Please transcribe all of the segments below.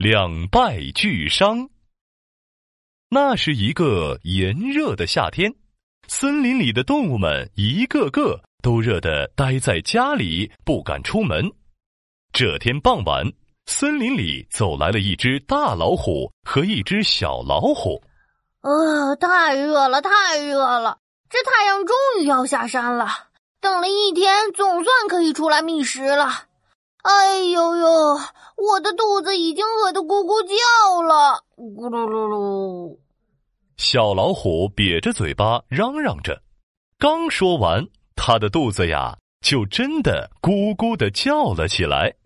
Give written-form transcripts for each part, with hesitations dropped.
两败俱伤。那是一个炎热的夏天，森林里的动物们一个个都热得待在家里，不敢出门。这天傍晚，森林里走来了一只大老虎和一只小老虎。 太热了，太热了！这太阳终于要下山了，等了一天，总算可以出来觅食了。哎呦呦，我的肚子已经饿得咕咕叫了，咕噜噜噜。 小老虎瘪着嘴巴嚷嚷着，刚说完，它的肚子呀，就真的咕咕地叫了起来。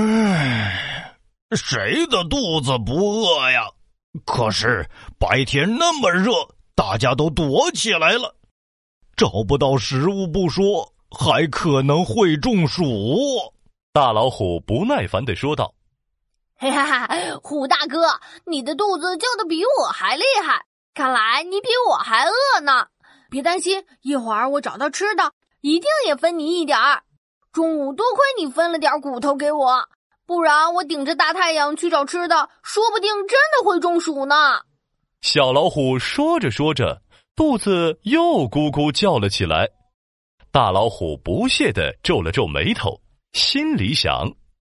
谁的肚子不饿呀？可是白天那么热，大家都躲起来了，找不到食物不说，还可能会中暑。 大老虎不耐烦地说道。 嘿哈哈，虎大哥，你的肚子叫得比我还厉害，看来你比我还饿呢。别担心，一会儿我找到吃的，一定也分你一点儿。中午多亏你分了点骨头给我，不然我顶着大太阳去找吃的，说不定真的会中暑呢。 小老虎说着说着，肚子又咕咕叫了起来。大老虎不屑地皱了皱眉头，心里想：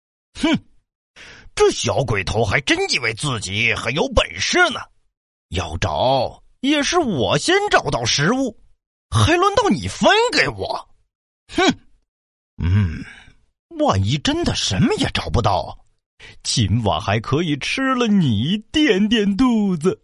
这小鬼头还真以为自己很有本事呢。要找也是我先找到食物，还轮到你分给我。万一真的什么也找不到，今晚还可以吃了你垫垫肚子。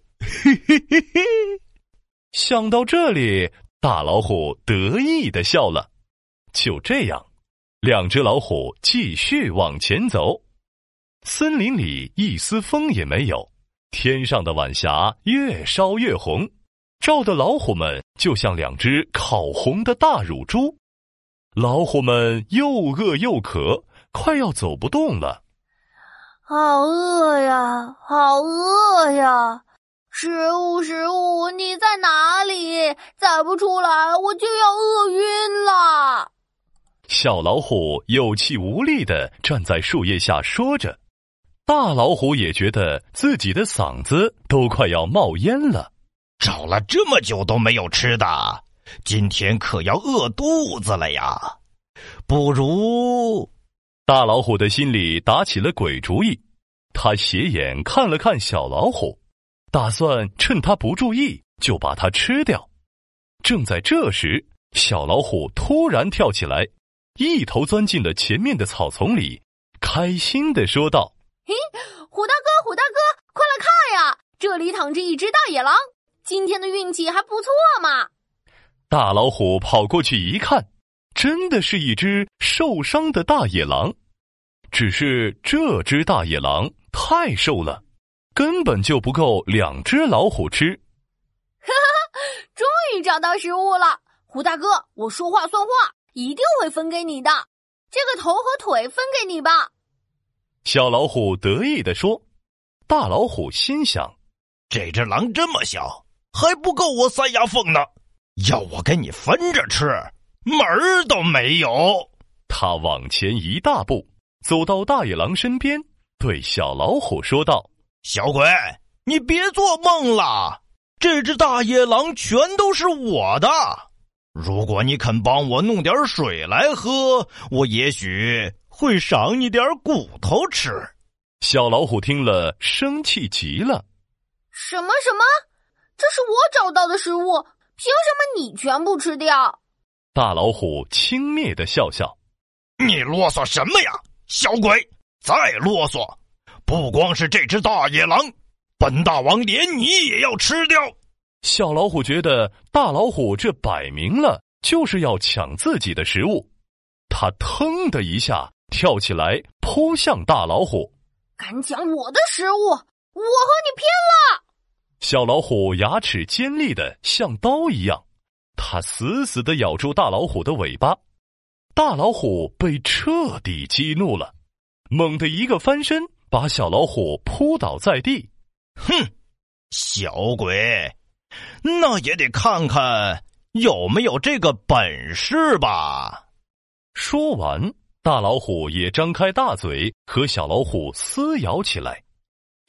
想到这里，大老虎得意地笑了。就这样，两只老虎继续往前走。森林里一丝风也没有，天上的晚霞越烧越红，照得老虎们就像两只烤红的大乳猪。老虎们又饿又渴，快要走不动了。 好饿呀，好饿呀！食物，食物，你在哪里？再不出来，我就要饿晕了。 小老虎有气无力地站在树叶下说着，大老虎也觉得自己的嗓子都快要冒烟了。 找了这么久都没有吃的，今天可要饿肚子了呀！不如…… 大老虎的心里打起了鬼主意，他斜眼看了看小老虎，打算趁他不注意就把它吃掉。正在这时，小老虎突然跳起来，一头钻进了前面的草丛里，开心地说道： 虎大哥，虎大哥，快来看呀，这里躺着一只大野狼，今天的运气还不错嘛。 大老虎跑过去一看，真的是一只受伤的大野狼，只是这只大野狼太瘦了，根本就不够两只老虎吃。 终于找到食物了，虎大哥，我说话算话，一定会分给你的。这个头和腿分给你吧。 小老虎得意地说。大老虎心想， 这只狼这么小，还不够我塞牙缝呢，要我跟你分着吃，门儿都没有。 他往前一大步，走到大野狼身边，对小老虎说道： 小鬼，你别做梦了，这只大野狼全都是我的。如果你肯帮我弄点水来喝，我也许会赏你点骨头吃。 小老虎听了，生气极了。 什么？这是我找到的食物，凭什么你全部吃掉？ 大老虎轻蔑地笑笑。 你啰嗦什么呀，小鬼！再啰嗦，不光是这只大野狼，本大王连你也要吃掉。 小老虎觉得大老虎这摆明了就是要抢自己的食物，他腾的一下跳起来扑向大老虎。 敢抢我的食物，我和你拼了！ 小老虎牙齿尖利的像刀一样，它死死地咬住大老虎的尾巴。大老虎被彻底激怒了，猛地一个翻身，把小老虎扑倒在地。 小鬼，那也得看看有没有这个本事吧。 说完，大老虎也张开大嘴和小老虎撕咬起来。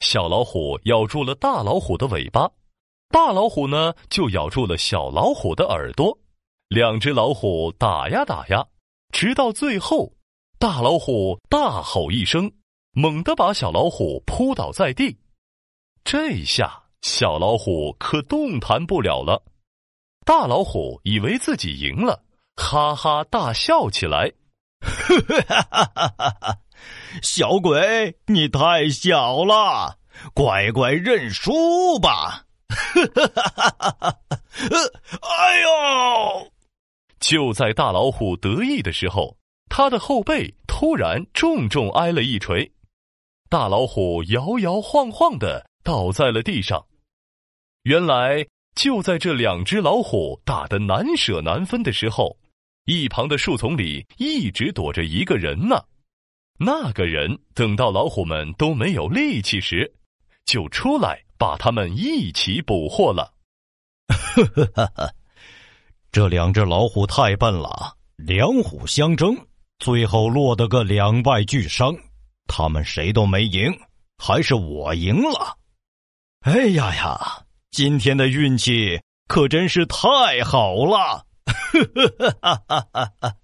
小老虎咬住了大老虎的尾巴，大老虎呢就咬住了小老虎的耳朵。两只老虎打呀打呀，直到最后，大老虎大吼一声，猛地把小老虎扑倒在地。这下小老虎可动弹不了了。大老虎以为自己赢了，哈哈大笑起来。 小鬼，你太小了，乖乖认输吧。哎呦！ 就在大老虎得意的时候，他的后背突然重重挨了一锤，大老虎摇摇晃晃地倒在了地上。原来就在这两只老虎打得难舍难分的时候，一旁的树丛里一直躲着一个人呢。那个人等到老虎们都没有力气时，就出来把他们一起捕获了。 这两只老虎太笨了，两虎相争，最后落得个两败俱伤，他们谁都没赢，还是我赢了。哎呀呀，今天的运气可真是太好了。